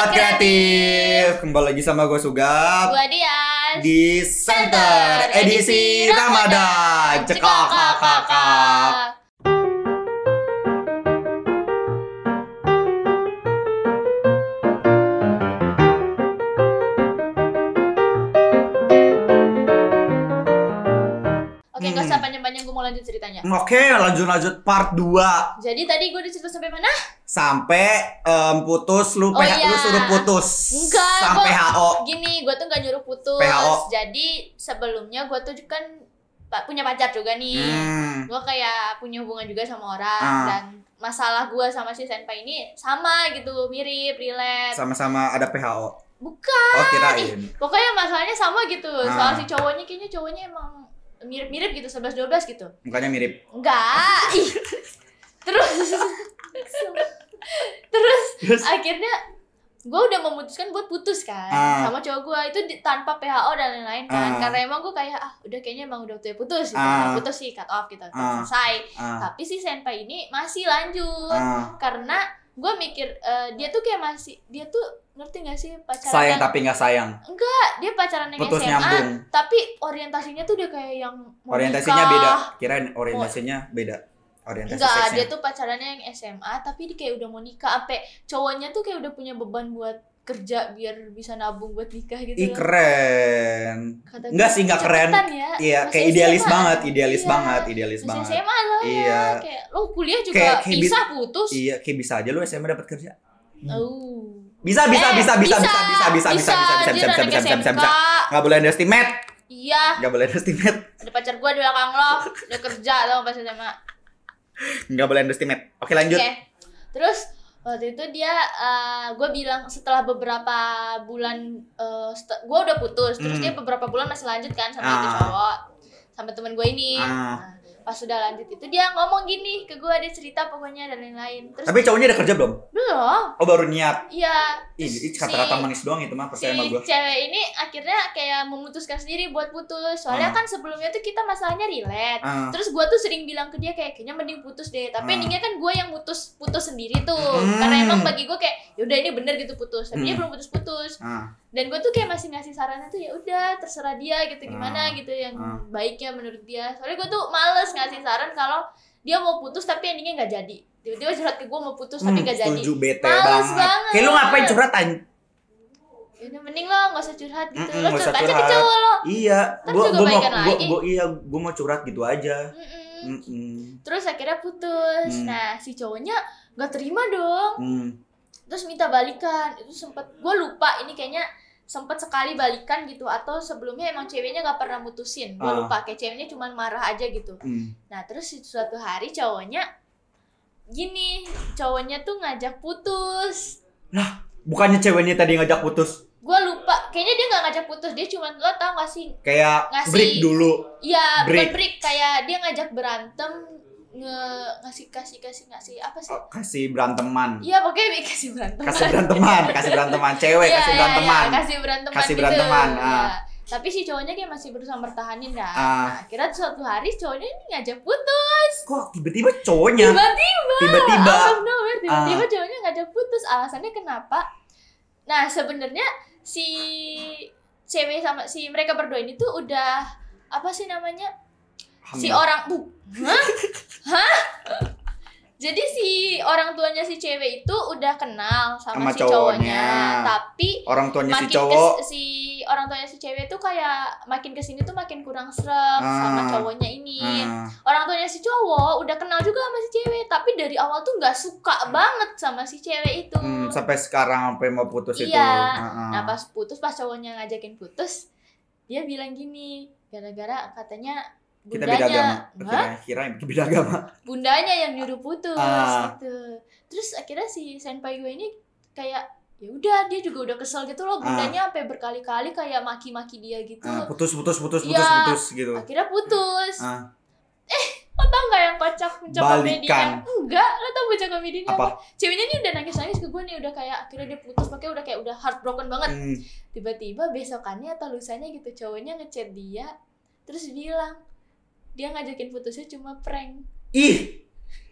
Sobat Kreatif, kembali lagi sama gue Sugap. Gua Dias. Di Center edisi Ramadan. Cekak kakak. Oke, gak usah panjang-panjang, gue mau lanjut ceritanya. Oke, lanjut part 2. Jadi tadi gue dicerita sampai mana? Sampai putus, lu suruh putus. Enggak, sampai HO. Gini, gue tuh gak nyuruh putus. PHO. Jadi sebelumnya gue tuh kan punya pacar juga nih. Gue kayak punya hubungan juga sama orang. Dan masalah gue sama si senpai ini sama gitu, mirip, relate. Sama-sama ada PHO. Bukan. Oh, kirain. Pokoknya masalahnya sama gitu. Soal si cowoknya, kayaknya cowoknya emang mirip-mirip gitu, 11-12 gitu. Mukanya mirip. Enggak. Terus akhirnya gue udah memutuskan buat putus kan sama cowok gue itu tanpa PHO dan lain-lain kan. Karena emang gue kayak udah kayaknya emang udah waktunya putus gitu. Putus sih, cut off gitu. Selesai. Tapi si senpai ini masih lanjut. Karena gue mikir dia tuh kayak masih, dia tuh ngerti gak sih pacaran sayang tapi gak sayang. Enggak, dia pacaran yang putus SMA nyambung. tapi orientasinya tuh dia kayak yang mau orientasinya nikah. beda. Kirain orientasinya beda. Orientasi enggak, seksnya. dia tuh pacarannya yang SMA tapi dia kayak udah mau nikah. Sampai cowoknya tuh kayak udah punya beban buat kerja biar bisa nabung buat nikah gitu. Ih, keren. Kata enggak sih, enggak keren. Ya. Iya, masih kayak idealis SMA. banget, idealis Iya. banget, idealis masih banget. SMA lah Iya. ya. Kayak lo kuliah juga Kayak bisa putus. Iya, kayak bisa aja lu SMA dapat kerja. Oh. Bisa. Enggak boleh underestimate. Iya. Enggak boleh underestimate. Ada pacar gua di belakang lo, udah kerja lo pas SMA. Enggak boleh underestimate. Oke, lanjut. Oke. Terus waktu itu dia gue bilang setelah beberapa bulan gue udah putus, terus dia beberapa bulan masih lanjut kan sama itu cowok, sama temen gue ini. Nah, pas sudah lanjut itu dia ngomong gini ke gue, dia cerita pokoknya dan lain-lain. Terus Tapi cowoknya udah kerja belum? belum. Oh, baru niat. Iya. Ini kata-kata manis doang itu mah, percaya sama Si gue. cewek ini akhirnya kayak memutuskan sendiri buat putus. Soalnya kan sebelumnya tuh kita masalahnya relate. Terus gue tuh sering bilang ke dia kayaknya mending putus deh. Tapi endingnya kan gue yang putus sendiri tuh. Karena emang bagi gue kayak yaudah ini bener gitu putus. Tapi dia belum putus-putus. Dan gue tuh kayak masih ngasih sarannya tuh ya udah terserah dia gitu, gimana gitu yang baiknya menurut dia. Soalnya gue tuh males ngasih saran kalau dia mau putus tapi endingnya nggak jadi. Tiba-tiba curhat ke gue mau putus tapi nggak jadi. Setuju, bete males banget. Kayak lu ngapain curhat Udah mending lo nggak usah curhat gitu. Lo nggak usah curhat aja ke curhat. cowok lo. Iya, Gua mau curhat gitu aja. Terus akhirnya putus. Nah si cowoknya nggak terima dong. Terus minta balikan. Itu sempet, gue lupa ini kayaknya sempet sekali balikan gitu, atau sebelumnya emang ceweknya nggak pernah mutusin. Gue lupa, kayak ceweknya cuma marah aja gitu. Nah terus suatu hari cowoknya tuh ngajak putus. Lah, bukannya ceweknya tadi ngajak putus? Gue lupa, kayaknya dia nggak ngajak putus, dia cuma, lo tau gak sih, kayak ngasih break dulu. Iya, bukan break, kayak dia ngajak berantem, ngasih apa sih? Kasih beranteman. Iya, pokoknya kasih beranteman. Kasih beranteman cewek, kasih beranteman. Kasih beranteman gitu. Ya. Tapi si cowoknya kayak masih berusaha mertahanin dah. Nah, akhirnya suatu hari cowoknya ini ngajak putus. Kok tiba-tiba cowoknya? Tiba-tiba. Out of nowhere, tiba-tiba cowoknya ngajak putus. Alasannya kenapa? Nah, sebenarnya si cewek sama si mereka berdua ini tuh udah apa sih namanya? Hamil. Si orang Hah? Jadi si orang tuanya si cewek itu udah kenal sama si cowoknya. Tapi orang tuanya si cowok orang tuanya si cewek itu kayak makin kesini tuh makin kurang sreg sama cowoknya ini. Orang tuanya si cowok udah kenal juga sama si cewek, tapi dari awal tuh nggak suka banget sama si cewek itu. Sampai sekarang sampai mau putus itu. Nah pas cowoknya ngajakin putus, dia bilang gini, gara-gara katanya bundanya, beda agama. Bundanya yang nyuruh putus gitu. Terus akhirnya si senpai gue ini kayak ya udah, dia juga udah kesel gitu loh, bundanya sampai berkali-kali kayak maki-maki dia gitu. Putus gitu. Akhirnya putus. Lo tau gak yang kocak puncak komedinya? Enggak, lo tau puncak komedinya apa? Ceweknya ini udah nangis-nangis ke gue nih, udah kayak akhirnya dia putus, makanya udah kayak udah heartbroken banget. Tiba-tiba besokannya atau lusanya gitu cowoknya ngechat dia, terus bilang dia ngajakin putusnya cuma prank. Ih,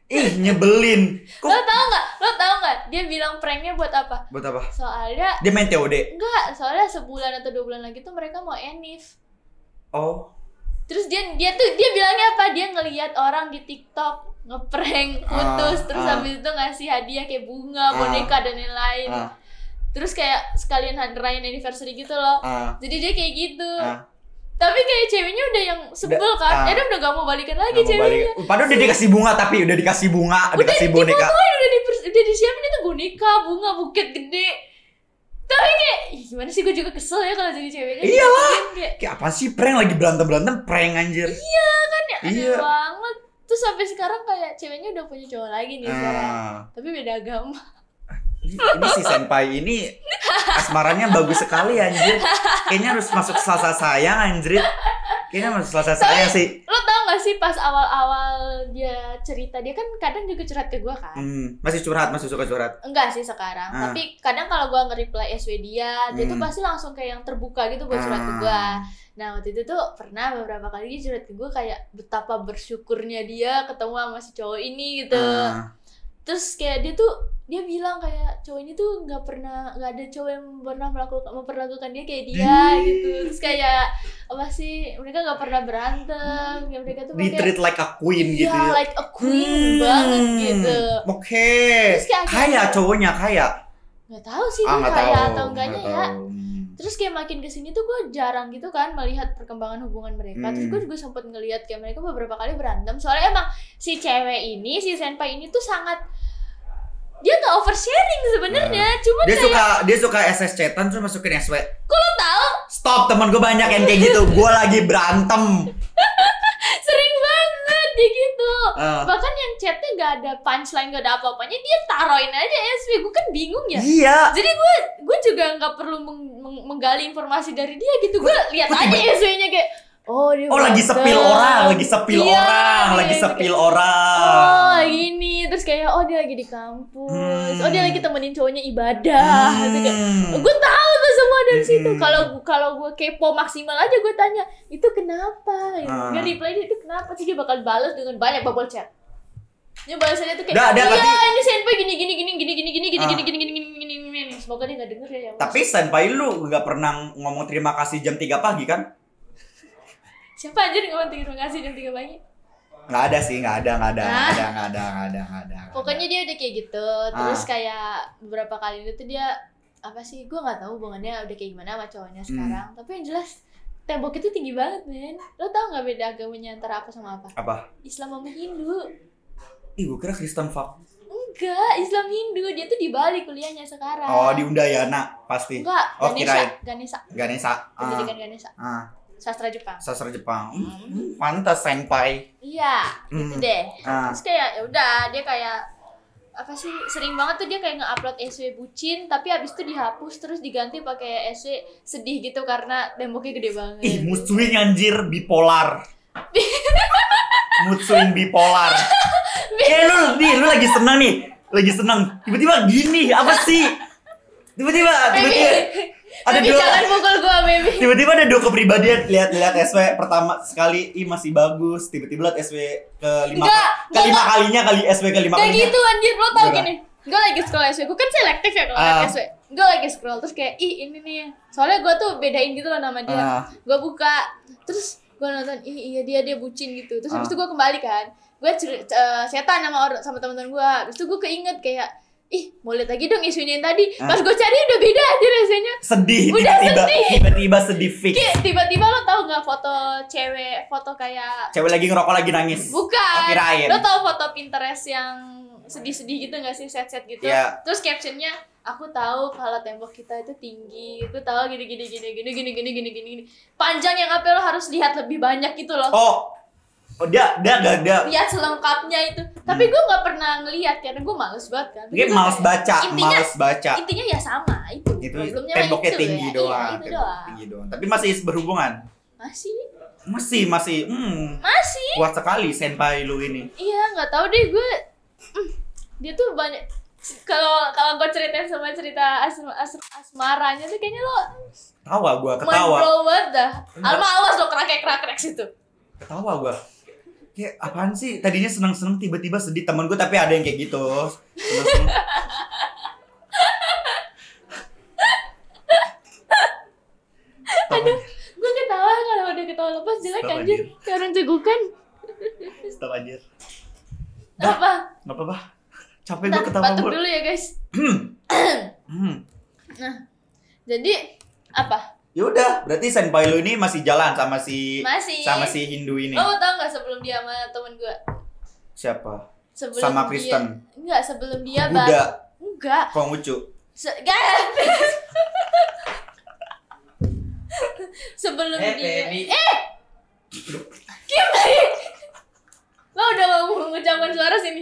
Ih, nyebelin. Lo tau nggak? Dia bilang pranknya buat apa? Buat apa? Soalnya Dia main TOD. enggak, soalnya sebulan atau 2 bulan lagi tuh mereka mau enif. Oh. Terus dia bilangnya apa? Dia ngelihat orang di TikTok ngeprank putus, terus habis itu ngasih hadiah kayak bunga, boneka dan lain-lain. Terus kayak sekalian rayain anniversary gitu loh. Jadi dia kayak gitu. Tapi kayak ceweknya udah yang sebel kan. Dia udah gak mau balikan lagi ceweknya. Padahal udah dikasih bunga tapi udah dikasih bunga, dikasih boneka. Udah disiapin itu boneka, bunga, buket gede. Tapi kayak gimana sih, gue juga kesel ya kalau jadi ceweknya. Iyalah. Kayak apa sih prank, lagi berantem prank anjir. Iya kan ya, aneh banget. Terus sampai sekarang kayak ceweknya udah punya cowok lagi nih sekarang. Tapi beda agama. Ini si senpai ini asmaranya bagus sekali anjir. Kayaknya harus masuk Selasa Sayang anjir. Kayaknya masuk Selasa Sayang sih. Lo tau gak sih pas awal-awal dia cerita, dia kan kadang juga curhat ke gue kan. Masih suka curhat? Enggak sih sekarang. Tapi kadang kalau gue nge-reply SW dia tuh pasti langsung kayak yang terbuka gitu buat curhat ke gue. Nah waktu itu tuh pernah beberapa kali dia curhat ke gue kayak betapa bersyukurnya dia ketemu sama si cowok ini gitu. Terus kayak dia bilang kayak cowok ini tuh nggak ada cowok yang pernah memperlakukan dia kayak dia gitu. Terus kayak apa sih, mereka nggak pernah berantem, ya mereka tuh di treat like a queen gitu ya, like a queen banget gitu. Oke. Kaya cowoknya nggak tahu sih gue kaya atau enggaknya ya. Terus kayak makin kesini tuh gue jarang gitu kan melihat perkembangan hubungan mereka. Terus gue juga sempet ngelihat kayak mereka beberapa kali berantem. Soalnya emang si cewek ini, si senpai ini tuh sangat, dia nggak oversharing sebenarnya, cuma dia suka SS chatan terus masukin SW. Kok lo tahu? Stop, teman gue banyak yang kayak gitu. Gue lagi berantem. Sering banget dia gitu. Bahkan yang chatnya nggak ada punchline, nggak ada apa-apanya, dia taruhin aja SW. Gue kan bingung ya. Iya. Jadi gue juga nggak perlu menggali informasi dari dia gitu. Gue lihat aja SW-nya kayak dia lagi sepil orang, Oh gini, terus kayak dia lagi di kampus, dia lagi temenin cowoknya ibadah, gitu kayak. Gue tahu tuh semua dari situ. Kalau gue kepo maksimal aja, gue tanya itu kenapa, dia reply dia itu kenapa sih, dia bakal balas dengan banyak bubble chat. Dia balasannya tuh kayak, ini senpai gini. Semoga dia nggak denger ya. Tapi senpai lu nggak pernah ngomong terima kasih jam 3 pagi kan? Siapa aja ngomong terima kasih jam 3 pagi? Nggak ada sih, nggak ada. Pokoknya dia udah kayak gitu. Terus kayak beberapa kali itu dia apa sih? Gue nggak tahu hubungannya udah kayak gimana sama cowoknya sekarang. Tapi yang jelas tembok itu tinggi banget, men. Lo tau nggak beda agamanya antara apa sama apa? Apa? Islam sama Hindu. Ih, gue kira Kristen fuck. Enggak, Islam Hindu. Dia tuh di Bali kuliahnya sekarang. Oh, di Undayana pasti. Enggak, Ganesha. Pendidikan Ganesha. Sastra Jepang. Pantas senpai. Iya, gitu deh. Terus kayak ya udah, dia kayak apa sih, sering banget tuh dia kayak nge-upload SW bucin, tapi abis itu dihapus terus diganti pakai SW sedih gitu karena temboknya gede banget. Ih, mood swing anjir, bipolar. Mood swing bipolar. Lu lagi seneng tiba-tiba gini, apa sih? Tiba-tiba ada baby, jangan pukul gua, baby. Tiba-tiba ada 2 kepribadian, lihat SW pertama sekali masih bagus, tiba-tiba lihat SW kelima kalinya kali SW kelima kalinya. Kayak gitu anjir, lo tau gini. Gue lagi scroll SW, gue kan selektif ya kalau liat SW. Gue lagi scroll terus kayak ini nih. Soalnya gue tuh bedain gitu loh nama dia. Gue buka, terus gue nonton, iya dia bucin gitu. Terus habis itu gue kembali kan. Gue setan sama teman-teman gue. Habis itu gue keinget kayak, mau lihat lagi dong isunya yang tadi. Pas gue cari udah beda aja rasanya. Sedih. Tiba-tiba sedih fix. Tiba-tiba lo tau nggak foto kayak cewek lagi ngerokok lagi nangis. Bukan. Kirain. Lo tau foto Pinterest yang sedih-sedih gitu nggak sih, set-set gitu. Yeah. Terus captionnya, aku tahu kalau tembok kita itu tinggi. Aku tahu gini. Panjang yang apa lo harus lihat lebih banyak gitu loh. Oh, dia gak lihat selengkapnya itu. Tapi gue nggak pernah ngelihat karena gue males banget kan. Dia males baca. Intinya ya sama itu. Problemnya temboknya itu tinggi ya. doang. Iya, itu doang. Tinggi doang. Tapi masih berhubungan. Masih. Masih. Kuat sekali senpai lu ini. Iya, nggak tahu deh gue. Dia tuh banyak. Kalau gue ceritain sama cerita asmaranya tuh kayaknya lo ketawa. Mind blow banget dah. Alma awas lo kerak situ. Ketawa gue. Kayak apaan sih? Tadinya seneng-seneng tiba-tiba sedih. Temen gue tapi ada yang kayak gitu. Seneng-seneng. Aduh, gue ketawa kalau udah ketawa lepas jelek Stop, anjir. Kayak orang cegukan. Stop anjir. Apa? Gak apa-apa. Capek gue ketawa Batuk mulu. dulu ya guys. Nah, jadi apa? Ya udah, berarti senpai lu ini masih jalan sama si Hindu ini. Lo tau gak sebelum dia sama temen gue? Siapa? Sebelum Sama dia- Kristen. Enggak, sebelum dia Buddha. Enggak. Konghucu. Sebelum dia Baby. Kim, lo udah mau mengucapkan suara sini.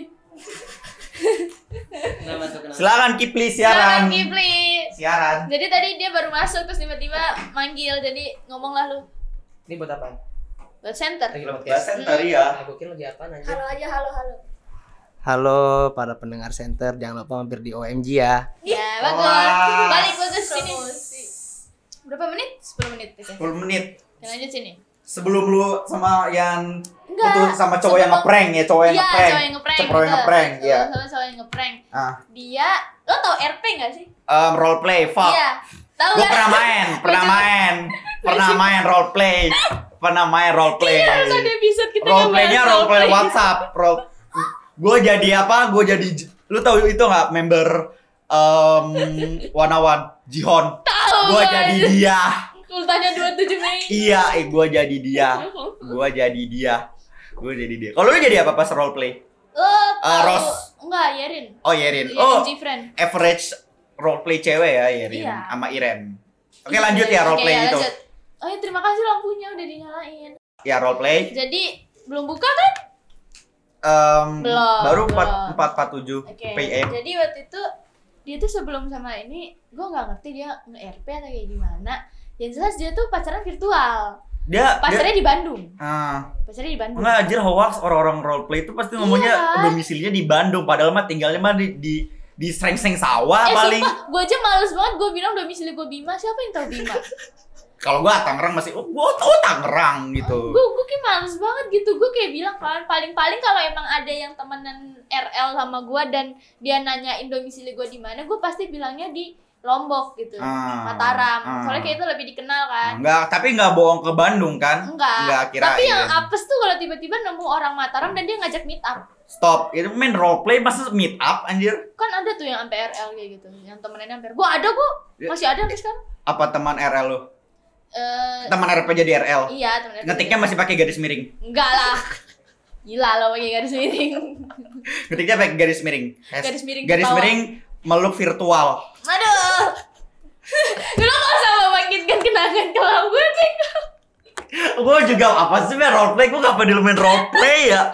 Kenapa tuh? Kenapa? Silakan Kipli Silakan, siaran. Kipli. Siaran. Jadi tadi dia baru masuk terus tiba-tiba manggil, jadi ngomong lah lu. Ini buat apa? Buat center. Lagi lo Bahasa podcast. center ya. Aku kira lagi apa aja. Halo aja, halo. Halo para pendengar center, jangan lupa mampir di OMG ya. Ya, bagus. Wah. Balik bagus sini. Berapa menit? 10 menit. Oke. 10 menit. Kita lanjut sini. Sebelum lu sama yang Enggak. itu sama cowok yang ngeprank ya, cowok yang Iya, ngeprank. cowok yang ngeprank. Cowok yang ngeprank, ya. Sama cowok yang ngeprank. Ah, Dia, lo tau RP gak sih? role play, fuck. Iya. Tahu Gue kan? pernah main role play. Iya, harus ada episode kita Role playnya ngebahas role play WhatsApp. Gue jadi apa? Gue jadi, lu tahu itu nggak member One Jihon? Tahu. Gue jadi dia. Ultahnya 27 Mei. Iya, gue jadi dia. Kalau lu jadi apa pas role play? Lo tahu? Ros. Enggak, Yerin. Oh, Yerin. Yerin Oh, G-Friend. average role play cewek ya, Yerin Iya. sama Iren. Oke, lanjut ya role Oke, play ya, itu. lanjut. Oh ya, terima kasih lampunya udah dinyalain. Ya role play. Jadi belum buka kan? Belum, Baru belum. 4:47 Oke. PM. Jadi waktu itu dia tuh sebelum sama ini, gue nggak ngerti dia nge-RP atau kayak gimana. Yang jelas dia tuh pacaran virtual. Dia Pacarnya di Bandung. dia, Pacarnya di Bandung. enggak anjir, hoax orang-orang role play itu pasti ngomongnya Iya. domisilinya di Bandung, padahal mah tinggalnya mah di Srengseng sawah paling. Sumpah, gue aja males banget gue bilang domisili gue Bima. Siapa yang tahu Bima? Kalau gua Tangerang masih gua tahu Tangerang gitu. Gue kayak males banget gitu. Gue kayak bilang kan paling kalau emang ada yang temenan RL sama gue dan dia nanyain domisili gue di mana, gue pasti bilangnya di Lombok gitu, Mataram. Soalnya kayak itu lebih dikenal kan. Enggak, tapi enggak bohong ke Bandung kan? Enggak. kirain. Tapi yang apes tuh kalau tiba-tiba nemu orang Mataram dan dia ngajak meet up. Stop, itu main role play masa meet up anjir. Kan ada tuh yang sampai RL kayak gitu, yang temennya hampir. Gua ada kok, masih ada sampai sekarang. Apa teman RL lu? Eh, Teman RP jadi RL. iya temennya. Ngetiknya masih pakai garis miring. Enggak lah. Gila lo pakai garis miring. Ngetiknya pakai garis miring. Garis miring ke Garis bawah. miring meluk virtual. Aduh. Lo gak usah membangkitkan kenangan kelam gue nih. Gue juga apa sih main role play? Gue ngapain dulu main role play ya?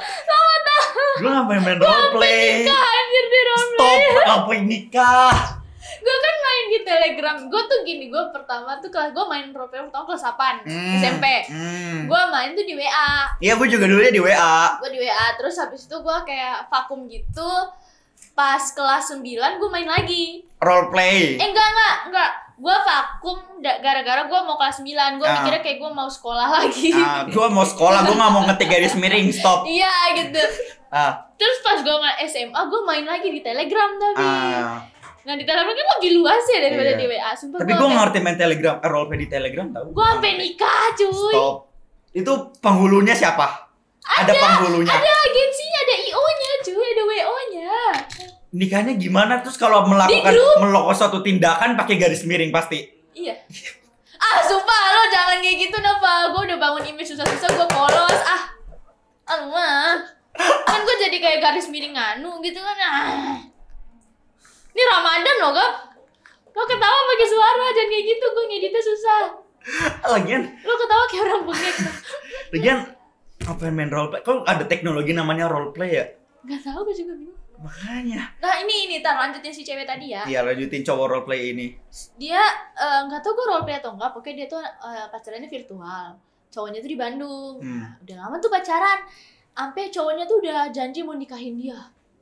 Gue ngapain main role play? Nikah anjir di roleplay. Stop, ngapain nikah? Gue kan main di Telegram. Gue tuh gini, gue pertama tuh kelas gue main roleplay pertama kelas 8 SMP. Gue main tuh di WA. Iya, gue juga dulunya di WA. Gue di WA terus habis itu gue kayak vakum gitu. Pas kelas 9 gue main lagi. Role play. Enggak. Gue vakum gara-gara gue mau kelas 9. Gue mikirnya kayak gue mau sekolah lagi. Gue mau sekolah, gue nggak mau ngetik garis miring. Stop. Iya gitu. Ah, Terus pas gue SMA gue main lagi di Telegram tapi. ah. Nah di Telegram kan lebih luas ya daripada Iya. di WA. Sumpah Tapi gue ngerti main Telegram, role play di Telegram tau. Gue sampai nikah cuy. Stop. Itu penghulunya siapa? Ada penghulunya. Ada agensinya, ada IO-nya cuy, ada WO-nya. Nikahnya gimana? Terus kalau melakukan suatu tindakan pakai garis miring pasti. Iya. Sumpah lo jangan kayak gitu Nova. Gue udah bangun image susah-susah gue polos. Aduh mah. Kan gue jadi kayak garis miring anu gitu kan. Ini Ramadan loh kak. Lo ketawa pakai suara jangan kayak gitu. Gue ngeditnya susah. Lagian Lo ketawa kayak orang bengek. apa yang main role play? Kok ada teknologi namanya role play ya? Gak tau gue juga bingung. Makanya. Nah ini tar lanjutin si cewek tadi ya. Iya, lanjutin cowok role play ini. Dia nggak tahu gue roleplay atau enggak. Pokoknya dia tuh pacarannya virtual. Cowoknya tuh di Bandung. Nah, udah lama tuh pacaran. Sampai cowoknya tuh udah janji mau nikahin dia.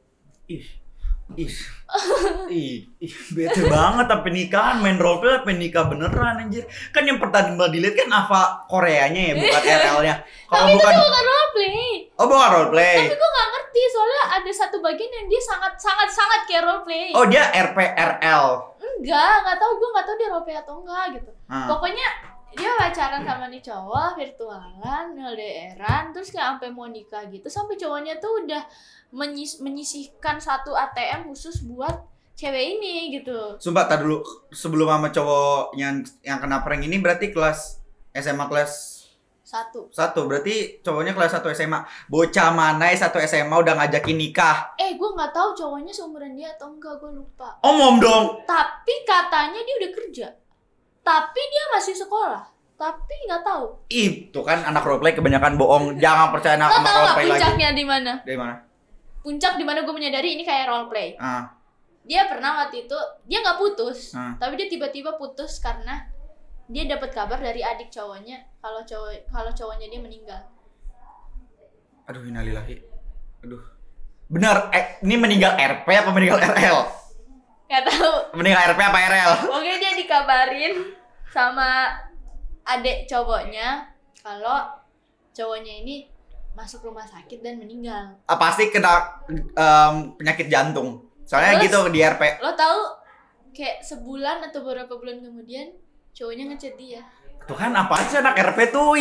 Bete banget tapi nikahan main role play tapi nikah beneran anjir. Kan yang pertama dilihat kan apa Koreanya ya, bukan RL-nya. Kalau Tapi bukan itu bukan roleplay. Oh, bukan roleplay. Tapi gue gak ngerti, soalnya ada satu bagian yang dia sangat kayak roleplay. Oh, dia RPRL. Enggak, gak tahu, gue gak tahu dia roleplay atau enggak gitu. Pokoknya dia pacaran sama nih cowok, virtualan, LDR-an, terus kayak sampai mau nikah gitu. Sampai cowoknya tuh udah menyisihkan satu ATM khusus buat cewek ini gitu. Sumpah, tadi dulu sebelum sama cowok yang kena prank ini berarti kelas SMA kelas 1. Berarti cowoknya kelas 1 SMA. Bocah mana 1 SMA udah ngajakin nikah? Gue nggak tahu cowoknya seumuran dia atau enggak, gue lupa. Omong dong. Tapi katanya dia udah kerja. Tapi dia masih sekolah. Tapi nggak tahu. Itu kan anak roleplay kebanyakan bohong. Jangan percaya sama roleplay lagi. Lo tau nggak puncaknya di mana? Dari mana? Puncak di mana gue menyadari ini kayak roleplay. Dia pernah waktu itu dia nggak putus, tapi dia tiba-tiba putus karena dia dapat kabar dari adik cowoknya kalau cowoknya dia meninggal. Aduh, innalillahi. Aduh. Benar, ini meninggal RP apa meninggal RL? Gak tahu. Meninggal RP apa RL? Pokoknya dia dikabarin sama adik cowoknya kalau cowoknya ini masuk rumah sakit dan meninggal. Pasti kena penyakit jantung. Soalnya terus, gitu di RP. Lo tahu kayak sebulan atau beberapa bulan kemudian cowoknya ngechat dia. Tuh kan apaan sih anak RP tuh,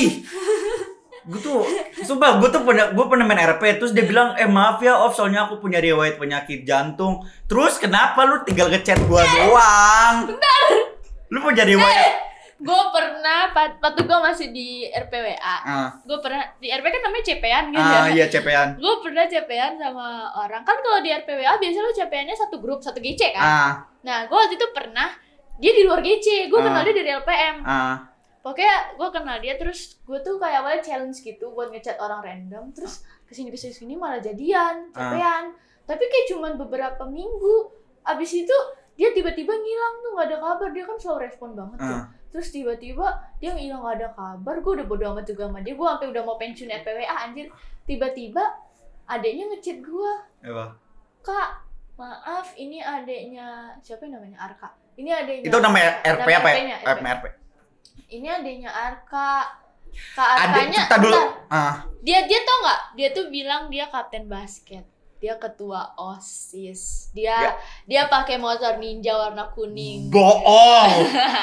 gue pernah main RP terus dia bilang maaf ya Of, soalnya aku punya riwayat penyakit jantung. Terus kenapa lu tinggal ngechat gua doang? Bentar. Lu punya riwayat? Gue pernah waktu gue masih di RPWA. Gue pernah di RP kan namanya CP-an gitu ya. Iya, CP-an. Gue pernah CP-an sama orang. Kan kalau di RPWA biasanya lu CP-annya satu grup, satu GC kan. Nah, gue waktu itu pernah dia di luar GC, gue kenal dia dari LPM. Pokoknya gue kenal dia, terus gue tuh kayak awalnya challenge gitu buat ngechat orang random, terus kesini malah jadian, CP-an. Tapi kayak cuman beberapa minggu, abis itu dia tiba-tiba ngilang tuh, nggak ada kabar. Dia kan selalu respon banget tuh. Terus tiba-tiba dia ngilang, nggak ada kabar. Gue udah bodo amat juga sama dia, gue sampai udah mau pensiun RPWA anjir. Tiba-tiba adeknya ngechat gue, Kak, maaf ini adeknya siapa namanya, Arka. Ini adeknya. Itu namanya RP apa ya? RP. Ini adeknya Arka. Kak Arkanya. Dia tau nggak? Dia tuh bilang dia kapten basket. Dia ketua OSIS. Dia pakai motor ninja warna kuning. Bohong.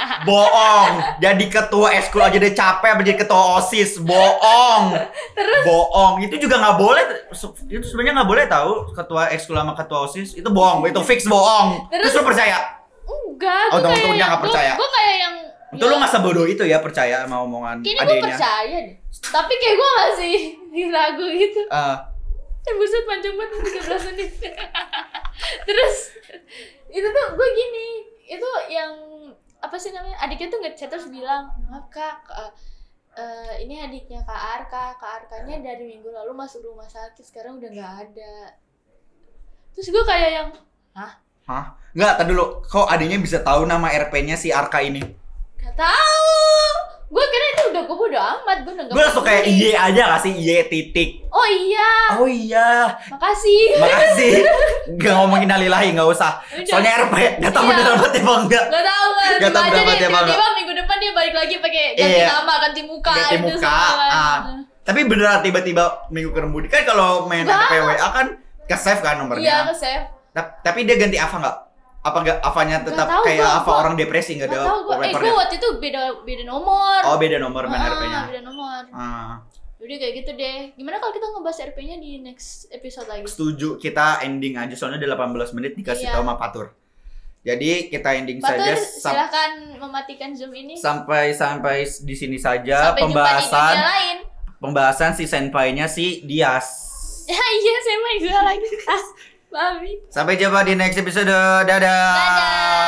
Jadi ketua ekskul aja dia capek jadi ketua OSIS. Bohong. Terus? Bohong. Itu juga nggak boleh. Itu sebenarnya nggak boleh tahu ketua ekskul sama ketua OSIS itu bohong. Itu fix bohong. Terus lu percaya? Enggak. Temen-temennya nggak percaya. Gue kayak yang. Itu lu nggak sebodoh itu ya percaya sama omongan adiknya. Kayaknya gue percaya deh. Tapi kayak gue masih ragu gitu. Buset panjang banget 13 menit. Terus itu tuh gue gini, itu yang apa sih namanya, adiknya tuh ngechat terus bilang, maaf Kak, ini adiknya Kak Arkanya dari minggu lalu masuk rumah sakit, sekarang udah nggak ada. Terus gue kayak yang Nggak, tadi dulu, kok adiknya bisa tahu nama RP-nya si Arka ini? Gak tahu. Gue kira itu udah gue bodo amat, gue gue langsung kayak IY aja gak sih, IY titik. Oh iya. Makasih. Gak ngomongin alilahi, gak usah. Soalnya RP, gak tau bener banget ya bang. Gak tau bener banget ya bang. Tiba-tiba minggu depan dia balik lagi pakai ganti nama, ganti muka. Tapi beneran tiba-tiba minggu kemudian kan kalau main RPWA kan ke-save kan nomornya. Iya, ke-save. Tapi dia ganti Ava nggak? Apa nggak Avanya tetap kayak Ava orang depresi nggak ada wallpapernya? Gue waktu itu beda nomor. Oh, beda nomor main RP-nya. Beda nomor. Jadi kayak gitu deh. Gimana kalau kita ngebahas RP-nya di next episode lagi? Setuju, kita ending aja soalnya udah 18 menit dikasih tahu sama Patur. Jadi kita ending Patur, saja. silakan mematikan Zoom ini. Sampai di sini saja pembahasan si senpai-nya si Dias. Iya, senpai juga lagi. Babi. Sampai jumpa di next episode. Dadah.